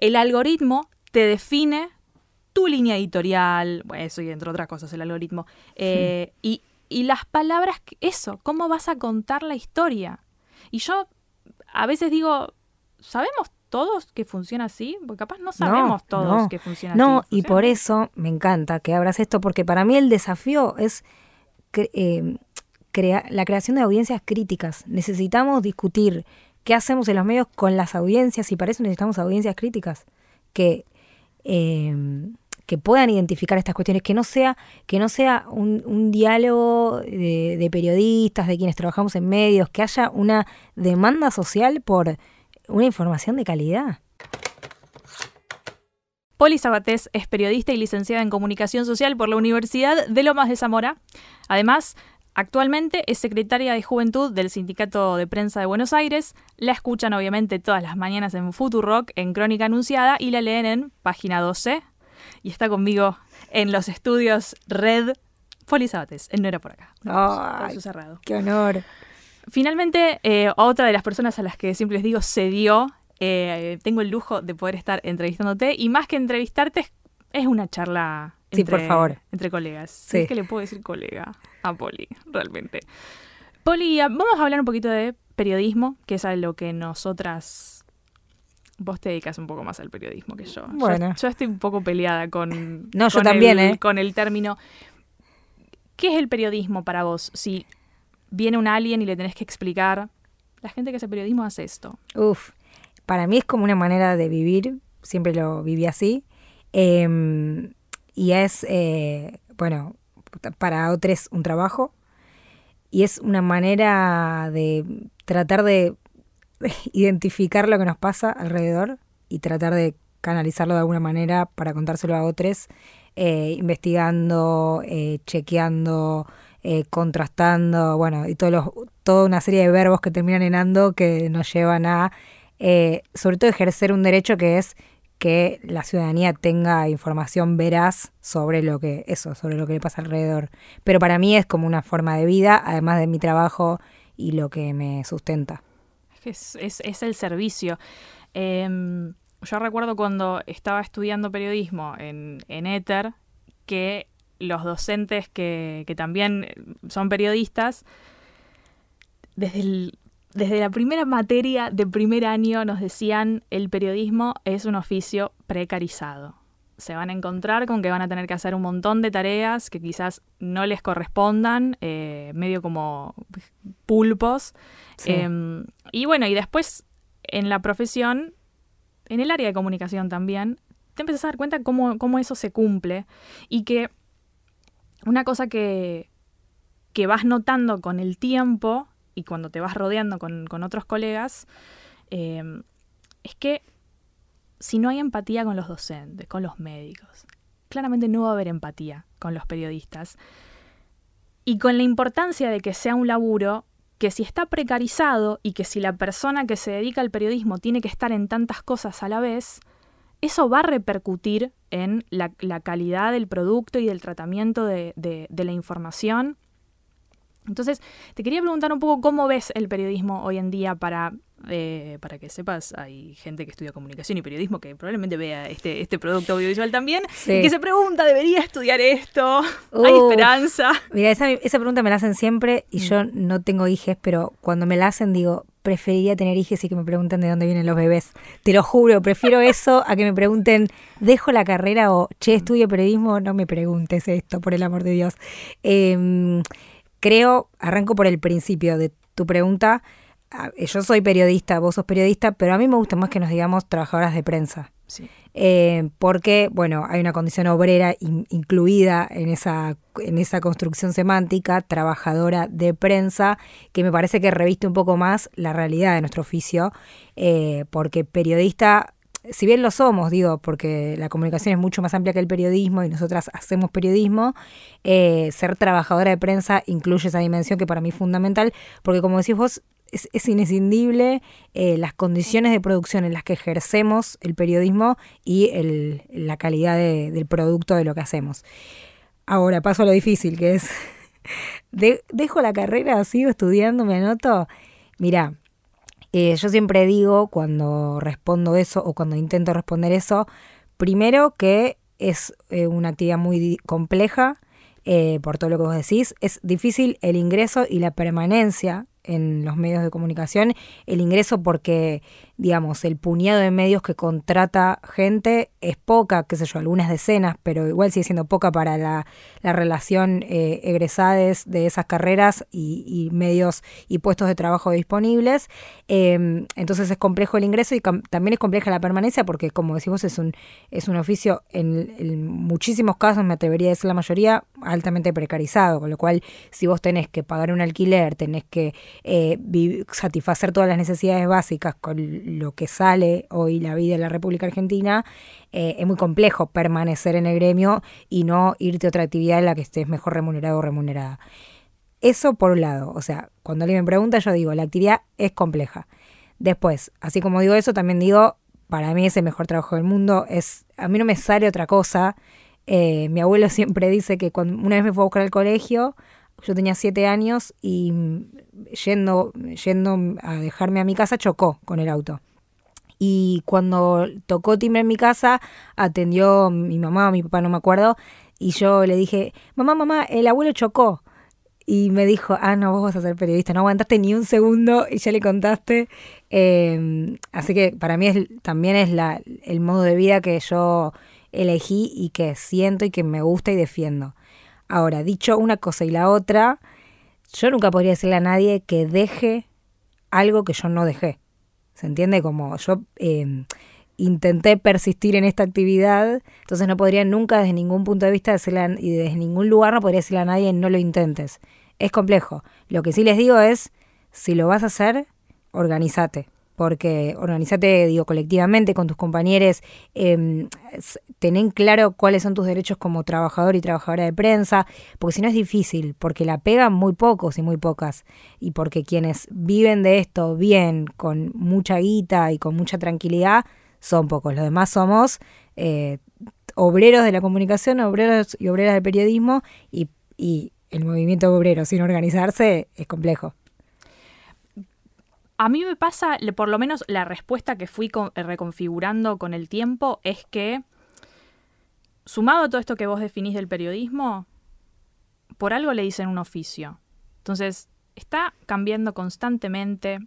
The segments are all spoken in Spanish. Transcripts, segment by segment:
el algoritmo te define tu línea editorial, bueno, eso y entre otras cosas el algoritmo, y las palabras, eso, cómo vas a contar la historia. Y yo a veces digo, ¿sabemos todos que funciona así? Porque capaz no sabemos todos que funciona así. No, y por eso me encanta que abras esto, porque para mí el desafío es la creación de audiencias críticas. Necesitamos discutir qué hacemos en los medios con las audiencias, y para eso necesitamos audiencias críticas que puedan identificar estas cuestiones, que no sea un diálogo de periodistas, de quienes trabajamos en medios, que haya una demanda social por una información de calidad. Poli Sabatés es periodista y licenciada en Comunicación Social por la Universidad de Lomas de Zamora. Además, actualmente es secretaria de Juventud del Sindicato de Prensa de Buenos Aires. La escuchan obviamente todas las mañanas en Futurock, en Crónica Anunciada, y la leen en Página 12. Y está conmigo en los estudios Red Poli Sabatés, en No Era Por Acá. ¡Ay, cerrado. Qué honor! Finalmente, otra de las personas a las que siempre les digo se dio. Tengo el lujo de poder estar entrevistándote, y más que entrevistarte es una charla por favor, entre colegas. Sí. Es que le puedo decir colega a Poli, realmente. Poli, vamos a hablar un poquito de periodismo, que es a lo que nosotras... Vos te dedicas un poco más al periodismo que yo. Bueno. Yo estoy un poco peleada con el término. ¿Qué es el periodismo para vos? Si viene un alien y le tenés que explicar, la gente que hace periodismo hace esto. Para mí es como una manera de vivir, siempre lo viví así, y es, para otros un trabajo, y es una manera de tratar de identificar lo que nos pasa alrededor y tratar de canalizarlo de alguna manera para contárselo a otros, investigando, chequeando, contrastando, y toda una serie de verbos que terminan en ando, que nos llevan a sobre todo ejercer un derecho, que es que la ciudadanía tenga información veraz sobre lo que le pasa alrededor. Pero para mí es como una forma de vida, además de mi trabajo y lo que me sustenta. Es el servicio. Yo recuerdo cuando estaba estudiando periodismo en ETHER, que los docentes que también son periodistas, desde la primera materia de primer año nos decían: el periodismo es un oficio precarizado. Se van a encontrar con que van a tener que hacer un montón de tareas que quizás no les correspondan, medio como pulpos. Sí. Y después en la profesión, en el área de comunicación también, te empiezas a dar cuenta cómo eso se cumple, y que una cosa que vas notando con el tiempo y cuando te vas rodeando con otros colegas, es que si no hay empatía con los docentes, con los médicos, claramente no va a haber empatía con los periodistas. Y con la importancia de que sea un laburo que, si está precarizado y que si la persona que se dedica al periodismo tiene que estar en tantas cosas a la vez, eso va a repercutir en la calidad del producto y del tratamiento de la información. Entonces, te quería preguntar un poco cómo ves el periodismo hoy en día. Para que sepas, hay gente que estudia comunicación y periodismo que probablemente vea este producto audiovisual también, sí, y que se pregunta, ¿debería estudiar esto? ¿Hay esperanza? Mira, esa pregunta me la hacen siempre, y yo no tengo hijes, pero cuando me la hacen digo, preferiría tener hijes y que me pregunten de dónde vienen los bebés. Te lo juro, prefiero eso a que me pregunten, ¿dejo la carrera? O, estudio periodismo, no me preguntes esto, por el amor de Dios. Arranco por el principio de tu pregunta. Yo soy periodista, vos sos periodista, pero a mí me gusta más que nos digamos trabajadoras de prensa. Sí. Porque, hay una condición obrera incluida en esa construcción semántica, trabajadora de prensa, que me parece que reviste un poco más la realidad de nuestro oficio, porque periodista, si bien lo somos, porque la comunicación es mucho más amplia que el periodismo y nosotras hacemos periodismo, ser trabajadora de prensa incluye esa dimensión que para mí es fundamental, porque como decís vos, es inescindible las condiciones de producción en las que ejercemos el periodismo y la calidad del producto de lo que hacemos. Ahora paso a lo difícil, que es, ¿dejo la carrera? ¿Sigo estudiando? ¿Me anoto? Mirá, Yo siempre digo cuando respondo eso o cuando intento responder eso, primero que es una actividad muy compleja, por todo lo que vos decís. Es difícil el ingreso y la permanencia en los medios de comunicación, el ingreso porque, digamos, el puñado de medios que contrata gente es poca, qué sé yo, algunas decenas, pero igual sigue siendo poca para la relación egresades de esas carreras y medios y puestos de trabajo disponibles. Entonces es complejo el ingreso y también es compleja la permanencia porque, como decís vos, es un oficio en muchísimos casos, me atrevería a decir la mayoría, altamente precarizado, con lo cual si vos tenés que pagar un alquiler, tenés que satisfacer todas las necesidades básicas con lo que sale hoy la vida en la República Argentina, es muy complejo permanecer en el gremio y no irte a otra actividad en la que estés mejor remunerado o remunerada. Eso por un lado, o sea, cuando alguien me pregunta yo digo, la actividad es compleja. Después, así como digo eso, también digo, para mí es el mejor trabajo del mundo, a mí no me sale otra cosa. Mi abuelo siempre dice que cuando una vez me fue a buscar al colegio, yo tenía 7 años y yendo a dejarme a mi casa chocó con el auto. Y cuando tocó timbre en mi casa, atendió mi mamá o mi papá, no me acuerdo, y yo le dije, mamá, el abuelo chocó. Y me dijo, no, vos vas a ser periodista, no aguantaste ni un segundo y ya le contaste. Así que para mí también es el modo de vida que yo elegí y que siento y que me gusta y defiendo. Ahora, dicho una cosa y la otra, yo nunca podría decirle a nadie que deje algo que yo no dejé. ¿Se entiende? Como yo intenté persistir en esta actividad, entonces no podría nunca desde ningún punto de vista decirle y desde ningún lugar no podría decirle a nadie no lo intentes. Es complejo. Lo que sí les digo es, si lo vas a hacer, organízate. Porque organizate, digo, colectivamente con tus compañeros, ten claro cuáles son tus derechos como trabajador y trabajadora de prensa, porque si no es difícil, porque la pegan muy pocos y muy pocas, y porque quienes viven de esto bien, con mucha guita y con mucha tranquilidad, son pocos. Los demás somos obreros de la comunicación, obreros y obreras del periodismo, y el movimiento obrero sin organizarse es complejo. A mí me pasa, por lo menos la respuesta que fui reconfigurando con el tiempo es que, sumado a todo esto que vos definís del periodismo, por algo le dicen un oficio. Entonces, está cambiando constantemente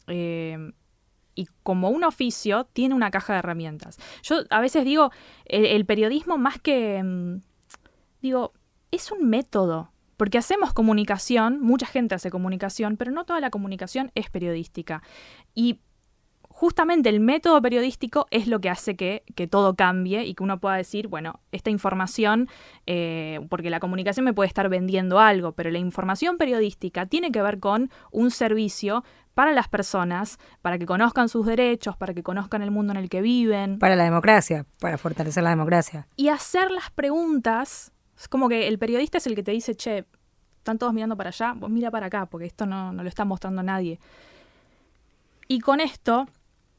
y como un oficio tiene una caja de herramientas. Yo a veces digo, el periodismo más que, es un método. Porque hacemos comunicación, mucha gente hace comunicación, pero no toda la comunicación es periodística. Y justamente el método periodístico es lo que hace que todo cambie y que uno pueda decir, bueno, esta información, porque la comunicación me puede estar vendiendo algo, pero la información periodística tiene que ver con un servicio para las personas, para que conozcan sus derechos, para que conozcan el mundo en el que viven. Para la democracia, para fortalecer la democracia. Y hacer las preguntas. Es como que el periodista es el que te dice, che, están todos mirando para allá, vos mira para acá, porque esto no lo está mostrando nadie. Y con esto,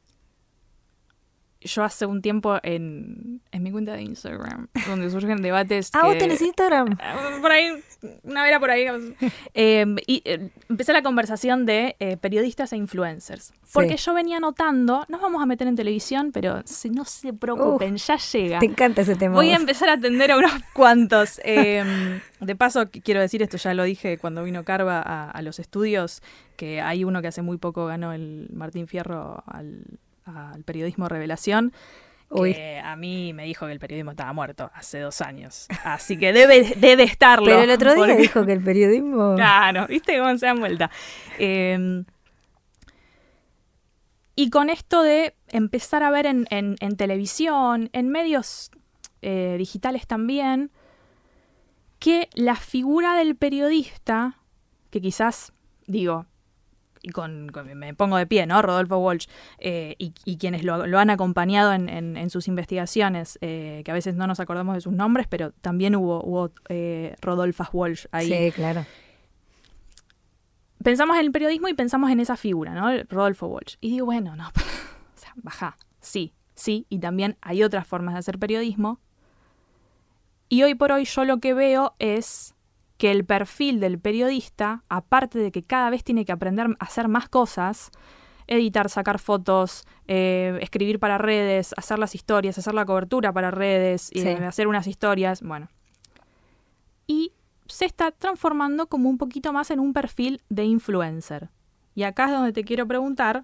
yo hace un tiempo en mi cuenta de Instagram, donde surgen debates ¿vos tenés Instagram? Por ahí, una vera por ahí. Empecé la conversación de periodistas e influencers. Porque yo venía notando, nos vamos a meter en televisión, pero no se preocupen, ya llega. Te encanta ese tema. Voy a empezar a atender a unos cuantos. De paso, quiero decir, esto ya lo dije cuando vino Carva a los estudios, que hay uno que hace muy poco ganó el Martín Fierro al periodismo revelación, que a mí me dijo que el periodismo estaba muerto hace 2 años. Así que debe estarlo. Pero el otro día dijo que el periodismo... Claro, ¿viste cómo se dan vuelta? Y con esto de empezar a ver en televisión, en medios digitales también, que la figura del periodista, que quizás, digo... y me pongo de pie, ¿no? Rodolfo Walsh, y quienes lo han acompañado en sus investigaciones, que a veces no nos acordamos de sus nombres, pero también hubo Rodolfas Walsh ahí. Sí, claro. Pensamos en el periodismo y pensamos en esa figura, ¿no? Rodolfo Walsh. Y digo, bueno, no, o sea, baja, sí, y también hay otras formas de hacer periodismo. Y hoy por hoy yo lo que veo es que el perfil del periodista, aparte de que cada vez tiene que aprender a hacer más cosas, editar, sacar fotos, escribir para redes, hacer las historias, hacer la cobertura para redes, hacer unas historias, bueno. Y se está transformando como un poquito más en un perfil de influencer. Y acá es donde te quiero preguntar,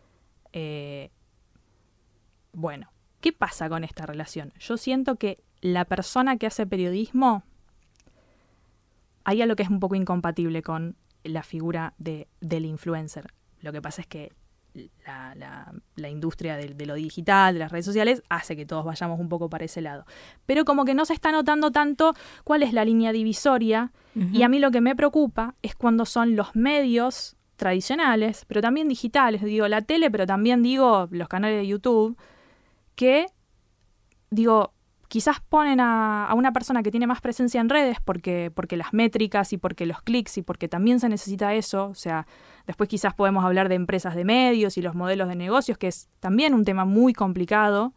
bueno, ¿qué pasa con esta relación? Yo siento que la persona que hace periodismo, hay algo que es un poco incompatible con la figura del influencer. Lo que pasa es que la industria de lo digital, de las redes sociales, hace que todos vayamos un poco para ese lado. Pero como que no se está notando tanto cuál es la línea divisoria, y a mí lo que me preocupa es cuando son los medios tradicionales, pero también digitales, digo la tele, pero también digo los canales de YouTube, que digo, quizás ponen a una persona que tiene más presencia en redes porque las métricas y porque los clics y porque también se necesita eso. O sea, después quizás podemos hablar de empresas de medios y los modelos de negocios, que es también un tema muy complicado,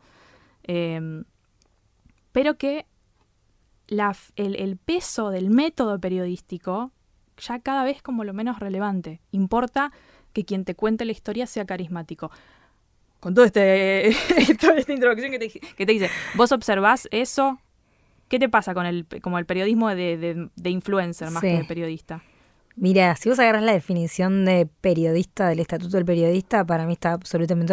pero que el peso del método periodístico ya cada vez como lo menos relevante. Importa que quien te cuente la historia sea carismático. Con toda esta introducción que te hice, ¿vos observás eso? ¿Qué te pasa con el periodismo de influencer más que de periodista? Mira, si vos agarrás la definición de periodista del Estatuto del Periodista, para mí está absolutamente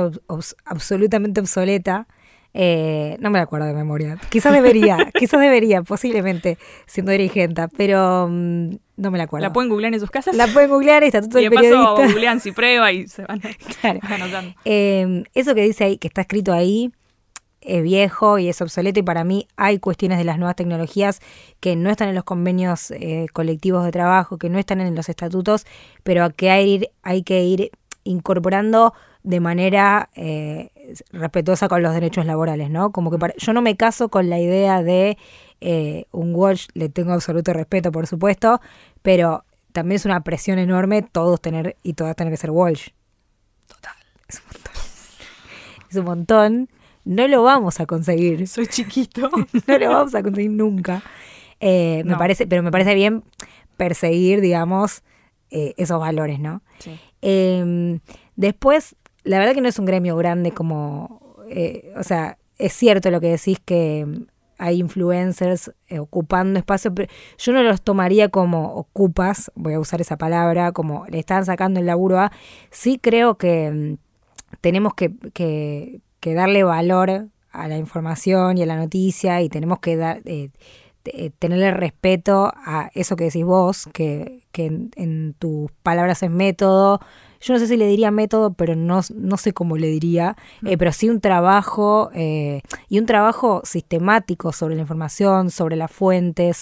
obsoleta. No me la acuerdo de memoria. Quizás debería, posiblemente, siendo dirigente, pero no me la acuerdo. ¿La pueden googlear en sus casas? La pueden googlear, Estatuto del Periodista. Y de Periodista. paso googlean si prueba y se van anotando. Eso que dice ahí, que está escrito ahí, es viejo y es obsoleto, y para mí hay cuestiones de las nuevas tecnologías que no están en los convenios colectivos de trabajo, que no están en los estatutos, pero que hay que ir incorporando de manera respetuosa con los derechos laborales, ¿no? Como que yo no me caso con la idea de un Walsh, le tengo absoluto respeto, por supuesto, pero también es una presión enorme todos tener y todas tener que ser Walsh. Total. Es un montón. Es un montón. No lo vamos a conseguir. Soy chiquito. No lo vamos a conseguir nunca. No. me parece bien perseguir, digamos, esos valores, ¿no? Sí. Después, la verdad que no es un gremio grande como... o sea, es cierto lo que decís que hay influencers ocupando espacio, pero yo no los tomaría como ocupas, voy a usar esa palabra, como le están sacando el laburo a... Sí creo que tenemos que darle valor a la información y a la noticia, y tenemos que tenerle respeto a eso que decís vos, que en tus palabras es método. Yo no sé si le diría método, pero no sé cómo le diría, pero sí un trabajo, y un trabajo sistemático sobre la información, sobre las fuentes,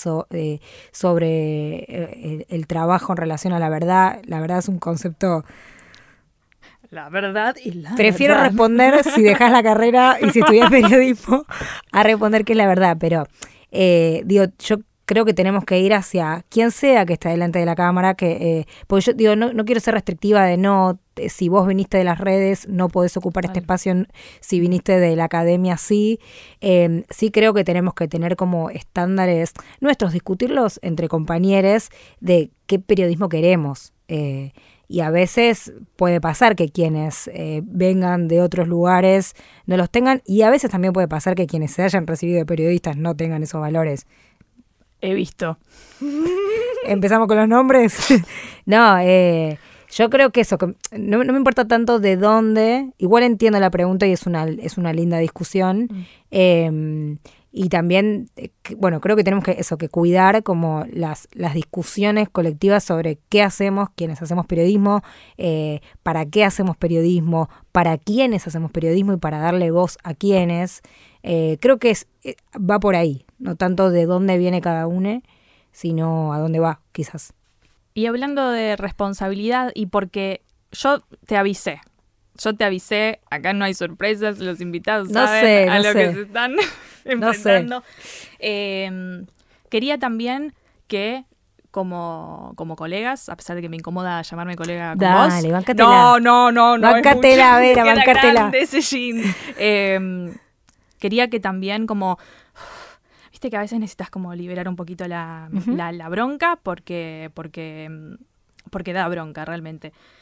sobre el trabajo en relación a la verdad. La verdad es un concepto... La verdad y la Prefiero verdad. Responder, si dejas la carrera y si estudias periodismo, a responder que es la verdad. Pero yo creo que tenemos que ir hacia quien sea que está delante de la cámara, porque yo digo, no quiero ser restrictiva de si vos viniste de las redes, no podés ocupar este espacio, si viniste de la academia, sí. Sí creo que tenemos que tener como estándares nuestros, discutirlos entre compañeros de qué periodismo queremos. Y a veces puede pasar que quienes vengan de otros lugares no los tengan, y a veces también puede pasar que quienes se hayan recibido de periodistas no tengan esos valores. He visto. ¿Empezamos con los nombres? No, yo creo que eso, que no me importa tanto de dónde, igual entiendo la pregunta y es una linda discusión. Y también, creo que tenemos que cuidar como las discusiones colectivas sobre qué hacemos, quienes hacemos periodismo, para qué hacemos periodismo, para quiénes hacemos periodismo y para darle voz a quiénes. Creo que va por ahí, no tanto de dónde viene cada uno, sino a dónde va, quizás. Y hablando de responsabilidad, y porque yo te avisé, acá no hay sorpresas, los invitados saben a lo que se están enfrentando. Quería también que, como colegas, a pesar de que me incomoda llamarme colega con vos. Dale, bancátela. No. Bancátela, Vera, bancátela. Ese jean. Quería que también como... Viste que a veces necesitas como liberar un poquito la bronca porque da bronca realmente.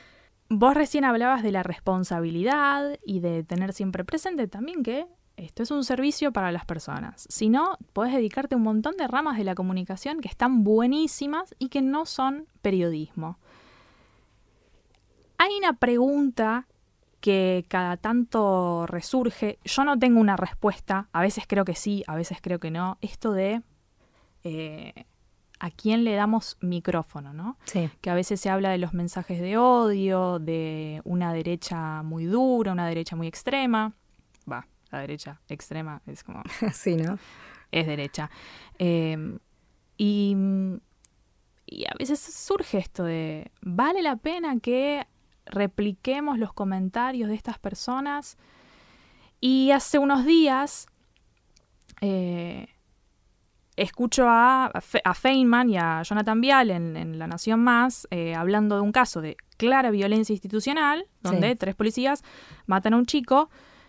vos recién hablabas de la responsabilidad y de tener siempre presente también que esto es un servicio para las personas. Si no, podés dedicarte a un montón de ramas de la comunicación que están buenísimas y que no son periodismo. Hay una pregunta que cada tanto resurge. Yo no tengo una respuesta. A veces creo que sí, a veces creo que no. Esto de a quién le damos micrófono, ¿no? Sí. Que a veces se habla de los mensajes de odio, de una derecha muy dura, una derecha muy extrema. La derecha extrema es como... Sí, ¿no? Es derecha. Y a veces surge esto de, ¿vale la pena que repliquemos los comentarios de estas personas? Y hace unos días escucho a Feynman y a Jonathan Vial en La Nación Más hablando de un caso de clara violencia institucional, donde 3 policías matan a un chico.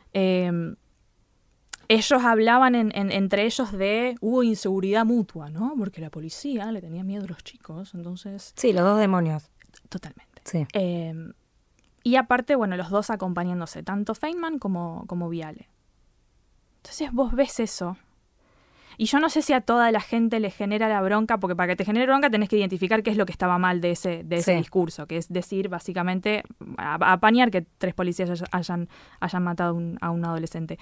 Ellos hablaban entre ellos de hubo inseguridad mutua, ¿no? Porque la policía le tenía miedo a los chicos, entonces... Sí, los dos demonios. Totalmente. Sí. Y aparte, bueno, los dos acompañándose, tanto Feynman como Viale. Entonces vos ves eso. Y yo no sé si a toda la gente le genera la bronca, porque para que te genere bronca tenés que identificar qué es lo que estaba mal de ese discurso, que es decir, básicamente, apañar que 3 policías hayan matado a un adolescente.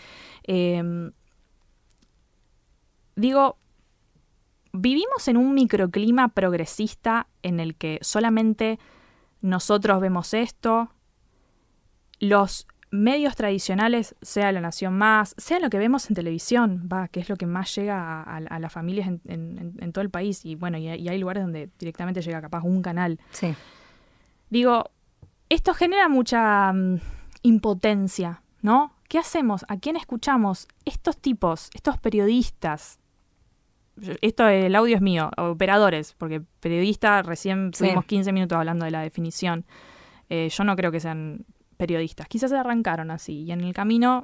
Digo, vivimos en un microclima progresista en el que solamente nosotros vemos esto, los medios tradicionales, sea La Nación Más, sea lo que vemos en televisión, que es lo que más llega a las familias en todo el país. Y bueno, y hay lugares donde directamente llega capaz un canal. Sí. Digo, esto genera mucha impotencia, ¿no? ¿Qué hacemos? ¿A quién escuchamos? Estos tipos, estos periodistas, el audio es mío, operadores, porque periodista recién tuvimos 15 minutos hablando de la definición. Yo no creo que sean periodistas. Quizás se arrancaron así y en el camino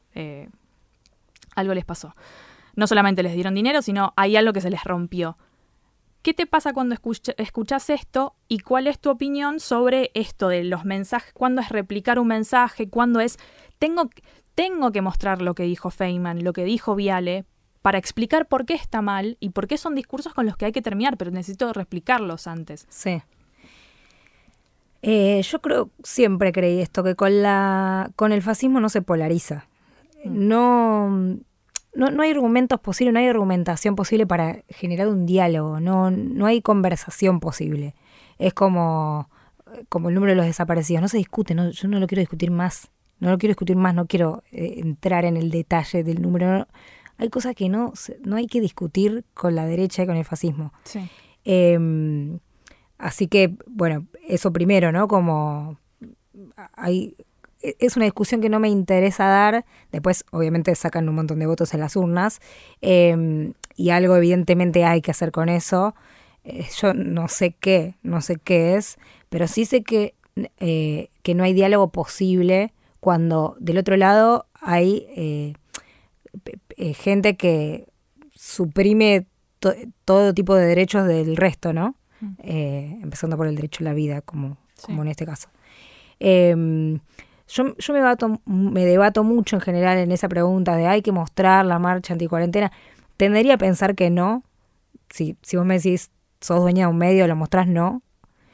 algo les pasó. No solamente les dieron dinero, sino hay algo que se les rompió. ¿Qué te pasa cuando escuchás esto y cuál es tu opinión sobre esto de los mensajes? ¿Cuándo es replicar un mensaje? ¿Cuándo es tengo que mostrar lo que dijo Feynman, lo que dijo Viale, para explicar por qué está mal y por qué son discursos con los que hay que terminar, pero necesito replicarlos antes? Sí. Yo siempre creí esto, que con el fascismo no se polariza. No hay argumentos posibles, no hay argumentación posible para generar un diálogo, no hay conversación posible. Es como el número de los desaparecidos, no se discute, yo no lo quiero discutir más, no quiero entrar en el detalle del número. Hay cosas que no hay que discutir con la derecha y con el fascismo. Sí. Así que, bueno, eso primero, ¿no? Como es una discusión que no me interesa dar. Después, obviamente, sacan un montón de votos en las urnas. Y algo, evidentemente, hay que hacer con eso. Yo no sé qué es, pero sí sé que no hay diálogo posible cuando del otro lado hay gente que suprime todo tipo de derechos del resto, ¿no? Empezando por el derecho a la vida, como en este caso. Yo me debato mucho en general en esa pregunta de hay que mostrar la marcha anticuarentena. Tendería a pensar que no. Si vos me decís, sos dueña de un medio, lo mostrás, no.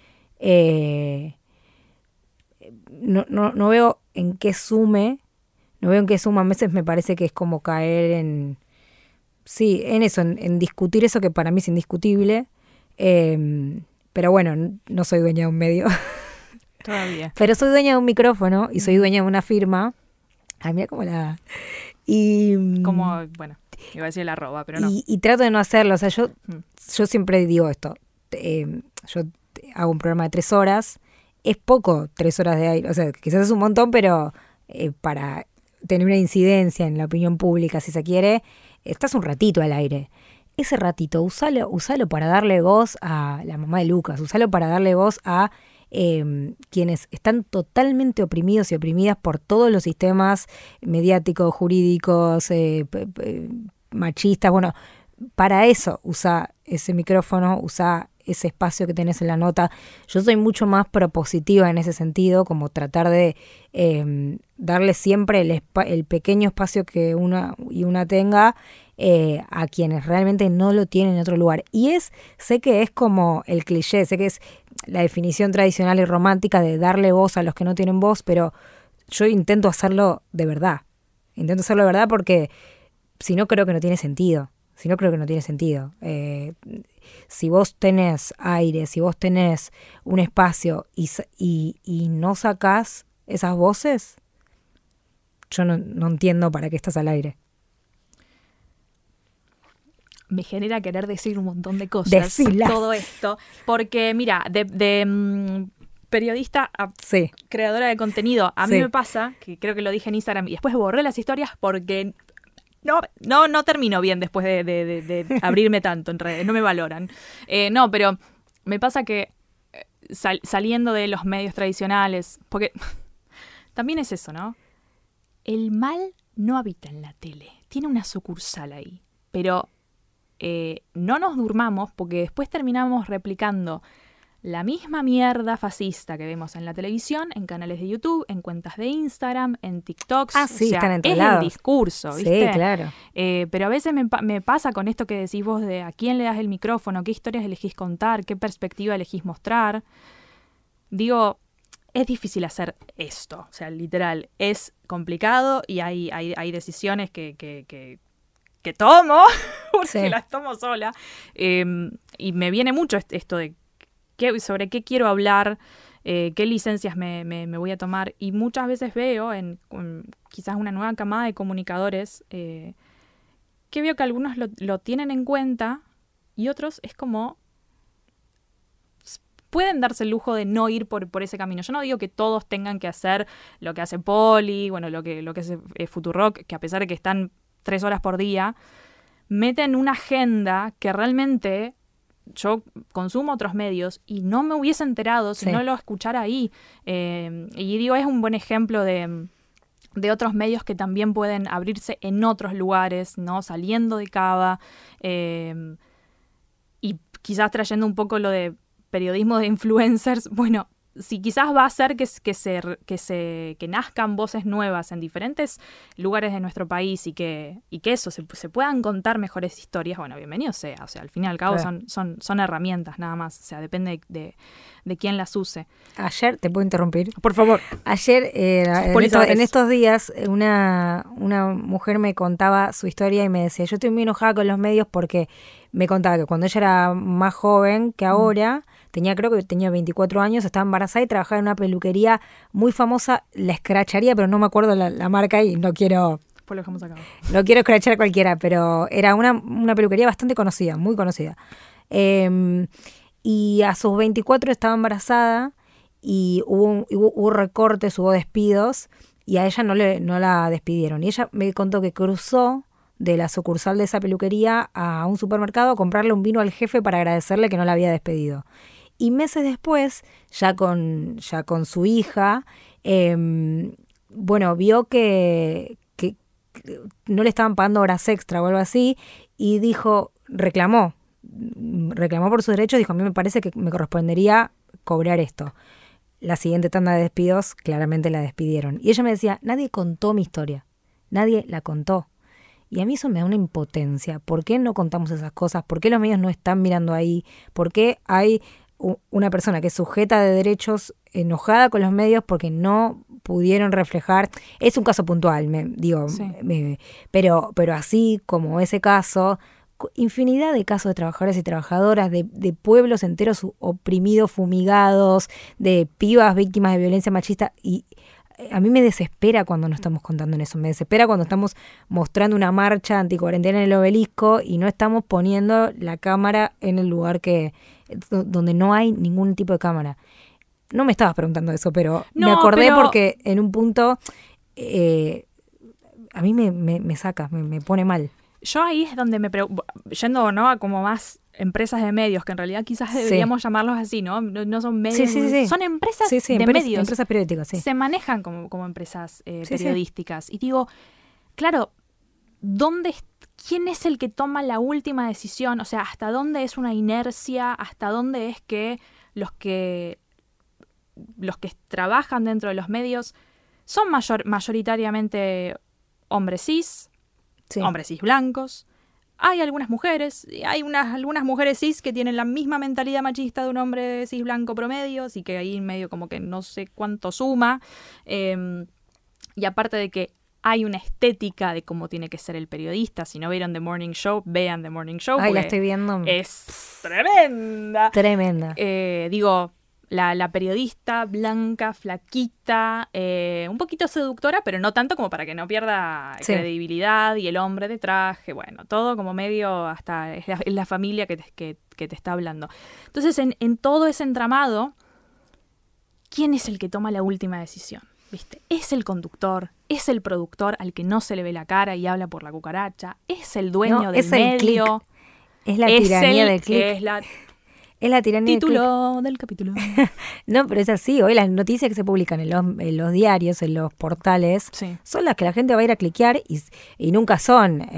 No veo en qué sume. A veces me parece que es como caer en eso, en discutir eso que para mí es indiscutible. Pero bueno, no soy dueña de un medio. Todavía. Pero soy dueña de un micrófono y soy dueña de una firma. Ay, mira cómo y como, bueno, iba a decir el arroba, pero no. Y trato de no hacerlo. O sea, yo siempre digo esto. Yo hago un programa de 3 horas. Es poco 3 horas de aire. O sea, quizás es un montón, pero para tener una incidencia en la opinión pública, si se quiere, estás un ratito al aire. Ese ratito, usalo para darle voz a la mamá de Lucas, usalo para darle voz a quienes están totalmente oprimidos y oprimidas por todos los sistemas mediáticos, jurídicos, machistas. Bueno, para eso usa ese micrófono, usa ese espacio que tenés en la nota. Yo soy mucho más propositiva en ese sentido, como tratar de darle siempre el pequeño espacio que una tenga a quienes realmente no lo tienen en otro lugar. Y sé que es como el cliché, sé que es la definición tradicional y romántica de darle voz a los que no tienen voz, pero yo intento hacerlo de verdad. Intento hacerlo de verdad porque si no creo que no tiene sentido. Si vos tenés aire, si vos tenés un espacio y no sacás esas voces, yo no entiendo para qué estás al aire. Me genera querer decir un montón de cosas. Decilas. Todo esto. Porque, mira, de periodista a creadora de contenido, a mí me pasa, que creo que lo dije en Instagram, y después borré las historias porque no termino bien después de abrirme tanto en redes, no me valoran. Pero me pasa que saliendo de los medios tradicionales, porque también es eso, ¿no? El mal no habita en la tele, tiene una sucursal ahí, pero no nos durmamos porque después terminamos replicando la misma mierda fascista que vemos en la televisión, en canales de YouTube, en cuentas de Instagram, en TikToks. Están en todos lados. Es el discurso, ¿viste? Sí, claro. Pero a veces me pasa con esto que decís vos de a quién le das el micrófono, qué historias elegís contar, qué perspectiva elegís mostrar. Digo, es difícil hacer esto. O sea, literal, es complicado y hay decisiones que tomo, porque las tomo sola. Y me viene mucho esto de sobre qué quiero hablar, qué licencias me voy a tomar. Y muchas veces veo en quizás una nueva camada de comunicadores que veo que algunos lo tienen en cuenta y otros es como pueden darse el lujo de no ir por ese camino. Yo no digo que todos tengan que hacer lo que hace Poli, bueno, lo que hace Futurock, que a pesar de que están 3 horas por día, meten una agenda que realmente yo consumo otros medios y no me hubiese enterado si no lo escuchara ahí. Y digo, es un buen ejemplo de otros medios que también pueden abrirse en otros lugares, ¿no? Saliendo de Cava y quizás trayendo un poco lo de periodismo de influencers. Bueno, si quizás va a hacer que nazcan voces nuevas en diferentes lugares de nuestro país y que eso se puedan contar mejores historias, bueno, bienvenido sea. O sea, al fin y al cabo son herramientas nada más. O sea, depende de quién las use. Ayer, ¿te puedo interrumpir? Por favor. Ayer, en estos días, una mujer me contaba su historia y me decía, yo estoy muy enojada con los medios porque me contaba que cuando ella era más joven que ahora, creo que tenía 24 años, estaba embarazada y trabajaba en una peluquería muy famosa, la escracharía, pero no me acuerdo la marca y no quiero... Pues lo dejamos acá. No quiero escrachar a cualquiera, pero era una peluquería bastante conocida, muy conocida. Y a sus 24 estaba embarazada y hubo recortes, hubo despidos y a ella no la despidieron. Y ella me contó que cruzó de la sucursal de esa peluquería a un supermercado a comprarle un vino al jefe para agradecerle que no la había despedido. Y meses después, ya con su hija, vio que no le estaban pagando horas extra o algo así, y reclamó por sus derechos, dijo, a mí me parece que me correspondería cobrar esto. La siguiente tanda de despidos, claramente la despidieron. Y ella me decía, nadie contó mi historia, nadie la contó. Y a mí eso me da una impotencia. ¿Por qué no contamos esas cosas? ¿Por qué los medios no están mirando ahí? ¿Por qué hay una persona que es sujeta de derechos enojada con los medios porque no pudieron reflejar? Es un caso puntual, pero así como ese caso, infinidad de casos de trabajadores y trabajadoras, de pueblos enteros oprimidos, fumigados, de pibas víctimas de violencia machista. Y a mí me desespera cuando no estamos contando en eso, me desespera cuando estamos mostrando una marcha anticuarentena en el Obelisco y no estamos poniendo la cámara en el lugar donde no hay ningún tipo de cámara. No me estabas preguntando eso, pero me acordé porque en un punto a mí me saca, me pone mal. Yo ahí es donde yendo, ¿no?, a como más empresas de medios, que en realidad quizás deberíamos llamarlos así, ¿no? No son medios, son empresas de medios. Empresas periodísticas, sí. Se manejan como empresas periodísticas. Y digo, claro, ¿quién es el que toma la última decisión? O sea, ¿hasta dónde es una inercia? ¿Hasta dónde es que los que trabajan dentro de los medios son mayoritariamente hombres cis, hombres cis blancos? Hay algunas mujeres, hay algunas mujeres cis que tienen la misma mentalidad machista de un hombre cis blanco promedio, así que ahí medio como que no sé cuánto suma. Y aparte de que hay una estética de cómo tiene que ser el periodista. Si no vieron The Morning Show, vean The Morning Show. Ay, la estoy viendo. Es tremenda. Tremenda. Digo, la periodista blanca, flaquita, un poquito seductora, pero no tanto como para que no pierda credibilidad, y el hombre de traje, bueno, todo como medio, hasta es la familia que te está hablando. Entonces, en todo ese entramado, ¿quién es el que toma la última decisión? ¿Viste? Es el conductor, es el productor al que no se le ve la cara y habla por la cucaracha, es el dueño del medio. Es la tiranía del clic. Es la tiranía título del capítulo. No, pero es así. Hoy las noticias que se publican en los diarios, en los portales, son las que la gente va a ir a cliquear y nunca son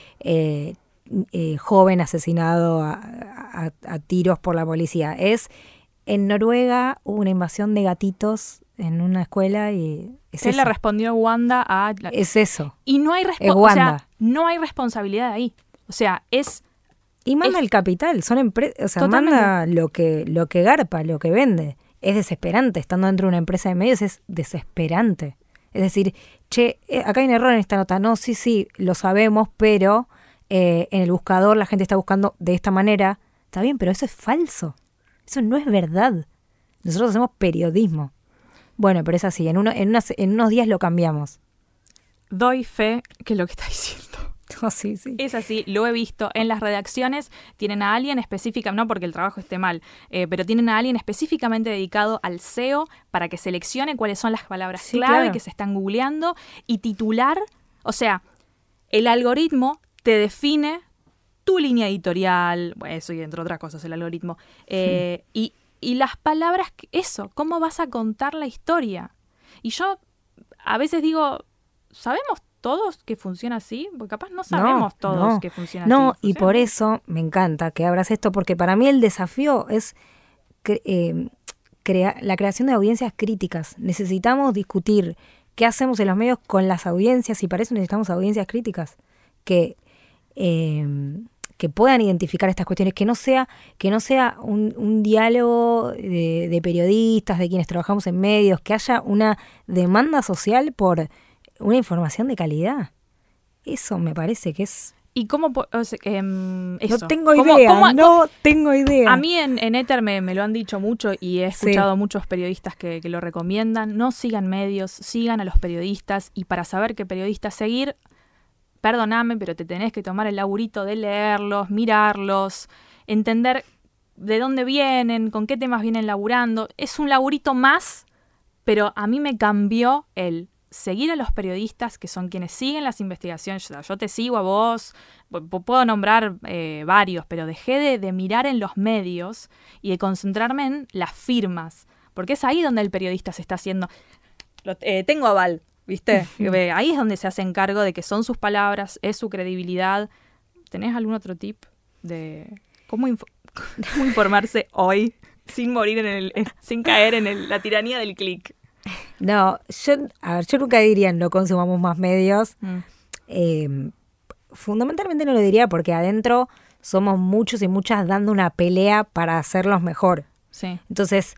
joven asesinado a tiros por la policía. En Noruega hubo una invasión de gatitos en una escuela y Él le respondió Wanda a... Es eso. Y no hay no hay responsabilidad ahí. O sea, y manda el capital, son empresas, o sea, totalmente. Manda lo que garpa, lo que vende. Es desesperante, estando dentro de una empresa de medios es desesperante. Es decir, acá hay un error en esta nota. No, sí, lo sabemos, pero en el buscador la gente está buscando de esta manera. Está bien, pero eso es falso. Eso no es verdad. Nosotros hacemos periodismo. Bueno, pero es así, en unos días lo cambiamos. Doy fe que lo que está diciendo. Oh, sí. Es así, lo he visto. En las redacciones tienen a alguien específica, no porque el trabajo esté mal, pero tienen a alguien específicamente dedicado al SEO para que seleccione cuáles son las palabras clave que se están googleando y titular. O sea, el algoritmo te define tu línea editorial, bueno, eso y entre otras cosas el algoritmo, y las palabras, cómo vas a contar la historia. Y yo a veces digo, ¿sabemos todos que funciona así? Porque capaz no sabemos todos que funciona así. No, y por eso me encanta que abras esto, porque para mí el desafío es la creación de audiencias críticas. Necesitamos discutir qué hacemos en los medios con las audiencias, y para eso necesitamos audiencias críticas que puedan identificar estas cuestiones, que no sea un diálogo de periodistas, de quienes trabajamos en medios, que haya una demanda social por una información de calidad. Eso me parece que es... ¿Y cómo? No tengo idea. A mí en Éter me lo han dicho mucho y he escuchado a muchos periodistas que lo recomiendan. No sigan medios, sigan a los periodistas, y para saber qué periodistas seguir, perdóname, pero te tenés que tomar el laburito de leerlos, mirarlos, entender de dónde vienen, con qué temas vienen laburando. Es un laburito más, pero a mí me cambió el seguir a los periodistas, que son quienes siguen las investigaciones. Yo te sigo a vos, puedo nombrar varios, pero dejé de mirar en los medios y de concentrarme en las firmas, porque es ahí donde el periodista se está haciendo... tengo aval, ¿viste? Ahí es donde se hacen cargo de que son sus palabras, es su credibilidad. ¿Tenés algún otro tip de cómo informarse hoy sin morir sin caer en la tiranía del clic? No, yo nunca diría no consumamos más medios. Fundamentalmente no lo diría porque adentro somos muchos y muchas dando una pelea para hacerlos mejor. Sí. Entonces,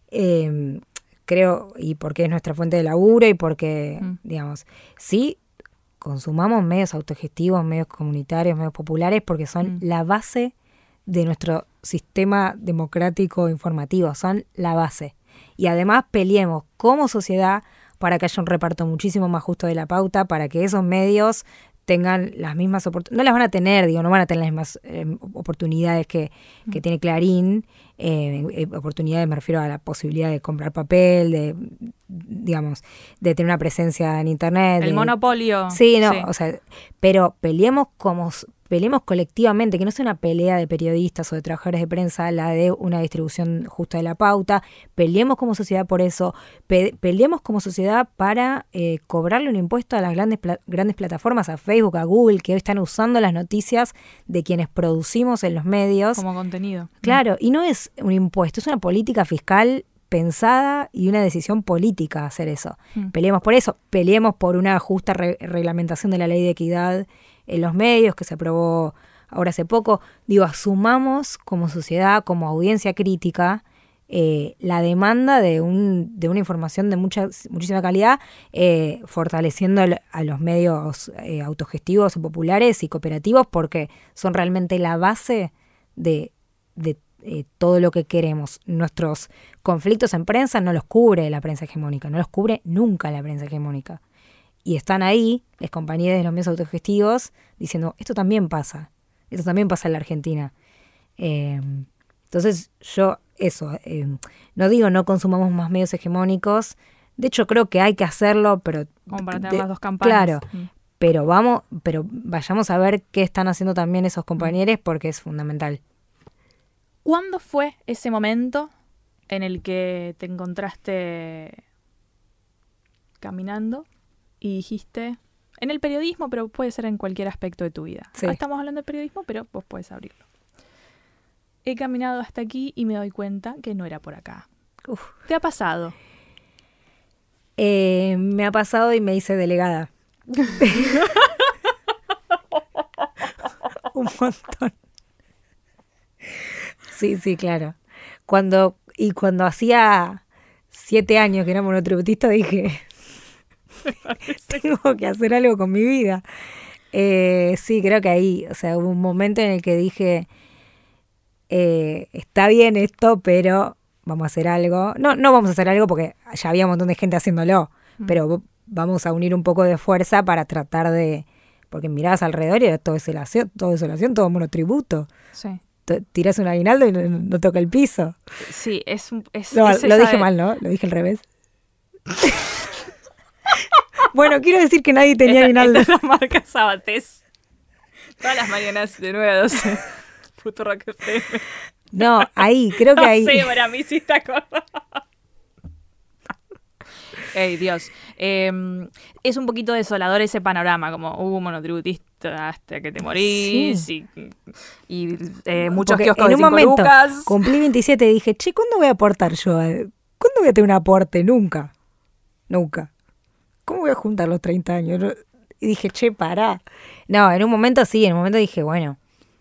creo, y porque es nuestra fuente de laburo y porque, digamos, sí consumamos medios autogestivos, medios comunitarios, medios populares, porque son la base de nuestro sistema democrático informativo, son la base. Y además peleemos como sociedad para que haya un reparto muchísimo más justo de la pauta, para que esos medios tengan las mismas oportunidades. No las van a tener, no van a tener las mismas oportunidades que tiene Clarín. Oportunidades, me refiero a la posibilidad de comprar papel, de tener una presencia en internet. El monopolio. Sí, o sea, pero peleemos peleemos colectivamente, que no sea una pelea de periodistas o de trabajadores de prensa, la de una distribución justa de la pauta. Peleemos como sociedad por eso, peleemos como sociedad para cobrarle un impuesto a las grandes plataformas, a Facebook, a Google, que hoy están usando las noticias de quienes producimos en los medios. Como contenido. Claro, y no es un impuesto, es una política fiscal pensada y una decisión política hacer eso. Peleemos por eso, peleemos por una justa reglamentación de la ley de equidad en los medios que se aprobó ahora hace poco. Digo, asumamos como sociedad, como audiencia crítica, la demanda de una información de muchísima calidad, fortaleciendo a los medios autogestivos o populares y cooperativos, porque son realmente la base de todo lo que queremos. Nuestros conflictos en prensa no los cubre la prensa hegemónica, no los cubre nunca la prensa hegemónica. Y están ahí, los compañeros de los medios autogestivos, diciendo, esto también pasa en la Argentina. Entonces yo, no digo no consumamos más medios hegemónicos, de hecho creo que hay que hacerlo, pero... Como para tener las dos campanas. Claro, pero vayamos a ver qué están haciendo también esos compañeros, porque es fundamental. ¿Cuándo fue ese momento en el que te encontraste caminando y dijiste, en el periodismo, pero puede ser en cualquier aspecto de tu vida? Sí. Ahora estamos hablando de periodismo, pero vos podés abrirlo. He caminado hasta aquí y me doy cuenta que no era por acá. Uf. ¿Te ha pasado? Me ha pasado y me hice delegada. Un montón. Sí, claro. Cuando hacía 7 años que era monotributista, dije, tengo que hacer algo con mi vida. Sí, creo que ahí, o sea, hubo un momento en el que dije, está bien esto, pero vamos a hacer algo. No vamos a hacer algo porque ya había un montón de gente haciéndolo, pero vamos a unir un poco de fuerza para tratar de... Porque mirabas alrededor y era todo desolación, todo monotributo. Sí. Tirás un aguinaldo y no toca el piso. Sí, lo dije mal, ¿no? Lo dije al revés. Bueno, quiero decir que nadie tenía aguinaldo. Esta es la marca Sabatés. Todas las mañanas de 9 a 12. Futurock FM. No, ahí, creo que ahí. Sí, para mí sí está acordado. Ey, Dios. Es un poquito desolador ese panorama, como monotributista hasta que te morís, sí. y muchos Porque kioscos en de un 5 momento lucas. cumplí 27 y dije, che, ¿cuándo voy a aportar yo? ¿Cuándo voy a tener un aporte? Nunca. ¿Cómo voy a juntar los 30 años? Y dije, che, pará. No, en un momento dije, bueno,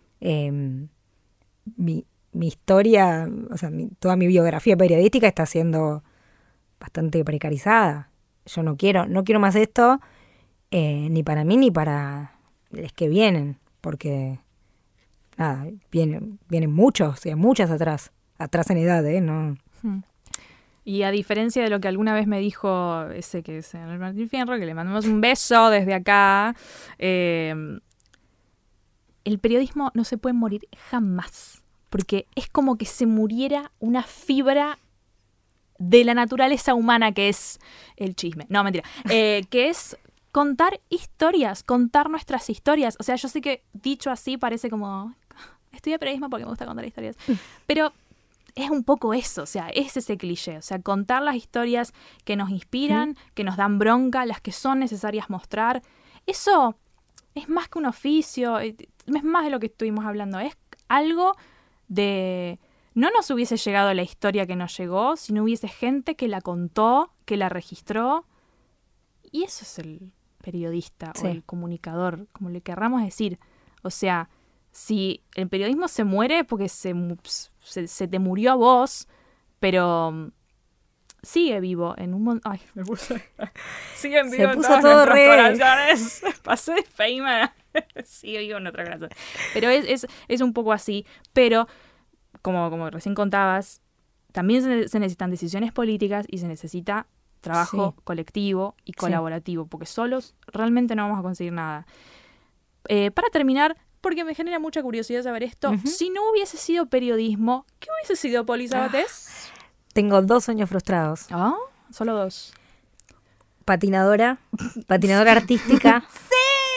mi historia, o sea, toda mi biografía periodística está siendo bastante precarizada. Yo no quiero más esto, ni para mí ni para los que vienen, porque nada, vienen muchos, o sea, muchas atrás en edad, ¿no? Y a diferencia de lo que alguna vez me dijo ese que es el Martín Fierro, que le mandamos un beso desde acá, el periodismo no se puede morir jamás, porque es como que se muriera una fibra de la naturaleza humana que es el chisme. No, mentira. Que es contar historias, contar nuestras historias. O sea, yo sé que dicho así parece como, estudié periodismo porque me gusta contar historias. Pero es un poco eso, o sea, es ese cliché. O sea, contar las historias que nos inspiran, que nos dan bronca, las que son necesarias mostrar. Eso es más que un oficio, es más de lo que estuvimos hablando. Es algo de... No nos hubiese llegado la historia que nos llegó si no hubiese gente que la contó, que la registró. Y eso es el periodista o el comunicador, como le querramos decir. O sea, si el periodismo se muere porque se te murió a vos, pero sigue vivo en un montón... Ay, me puse... Siguen vivos en todos todo nuestros re... corazones. Pasé de feima. Sigue vivo en nuestro corazón. Pero es un poco así, pero... Como recién contabas, también se necesitan decisiones políticas y se necesita trabajo colectivo y colaborativo, porque solos realmente no vamos a conseguir nada. Para terminar, porque me genera mucha curiosidad saber esto, si no hubiese sido periodismo, ¿qué hubiese sido, Poli Sabatés? Tengo 2 sueños frustrados. ¿Ah? Solo 2. Patinadora artística. ¡Sí!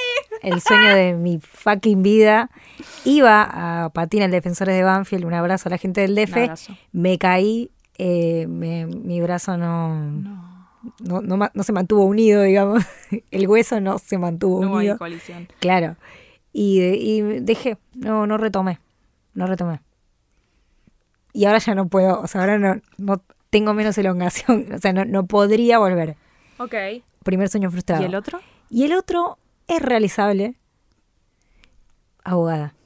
el sueño de mi fucking vida. Iba a patinar al Defensores de Banfield, un abrazo a la gente del Un DF. abrazo. Me caí, mi brazo no se mantuvo unido, digamos. El hueso no se mantuvo No hay unido. colisión. Claro. Y dejé, no retomé. Y ahora ya no puedo, o sea, ahora no tengo menos elongación, o sea, no podría volver. Ok. Primer sueño frustrado. ¿Y el otro? Y el otro es realizable. Abogada.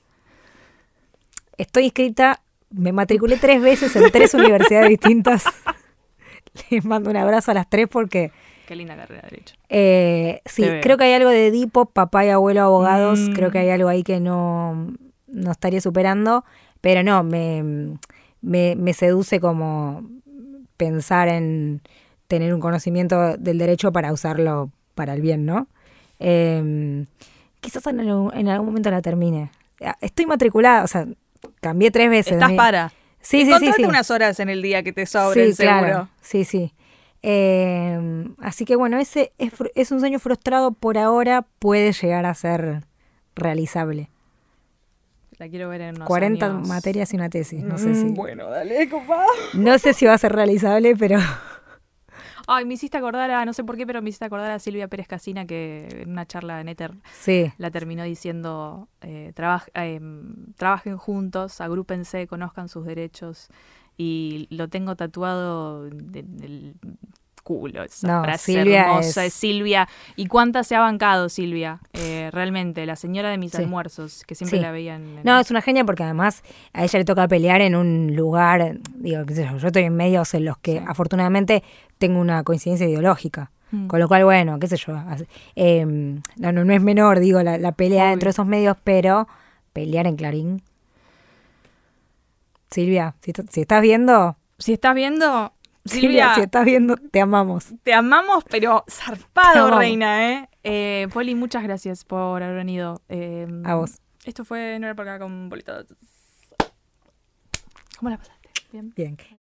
Estoy inscrita, me matriculé 3 veces en 3 universidades distintas. Les mando un abrazo a las 3 porque... Qué linda carrera de derecho. Sí, Te veo. creo que hay algo de Edipo, papá y abuelo abogados. Creo que hay Mm. algo ahí que no estaría superando. Pero no, me seduce como pensar en tener un conocimiento del derecho para usarlo para el bien, ¿no? Quizás en algún momento la termine. Estoy matriculada, o sea, cambié 3 veces. Estás para. Sí. Encontrate unas horas en el día que te sobren, Sí, seguro. claro. Sí. Así que bueno, ese es un sueño frustrado por ahora, puede llegar a ser realizable. La quiero ver en unos 40 años. materias y una tesis, no sé si. Bueno, dale, compa. No sé si va a ser realizable, pero Ay, me hiciste acordar no sé por qué, pero me hiciste acordar a Silvia Pérez Casina, que en una charla de Nether sí. la terminó diciendo, trabajen juntos, agrúpense, conozcan sus derechos. Y lo tengo tatuado en el culo, esa No, frase Silvia hermosa de es- Silvia. ¿Y cuántas se ha bancado Silvia? Realmente, la señora de mis Sí. almuerzos, que siempre Sí. la veían. No, es una genia porque además a ella le toca pelear en un lugar, digo, qué sé yo estoy en medios en los que Sí. afortunadamente tengo una coincidencia ideológica. Mm. Con lo cual, bueno, qué sé yo. No es menor, digo, la pelea Obvio. dentro de esos medios, pero pelear en Clarín. Silvia, si estás viendo, Si estás viendo, Silvia, Silvia, si estás viendo, te amamos. te amamos, pero Te zarpado, amamos. reina, ¿eh? Poli, muchas gracias por haber venido. A vos. Esto fue No era por acá con bolitas. ¿Cómo la pasaste? Bien. Bien.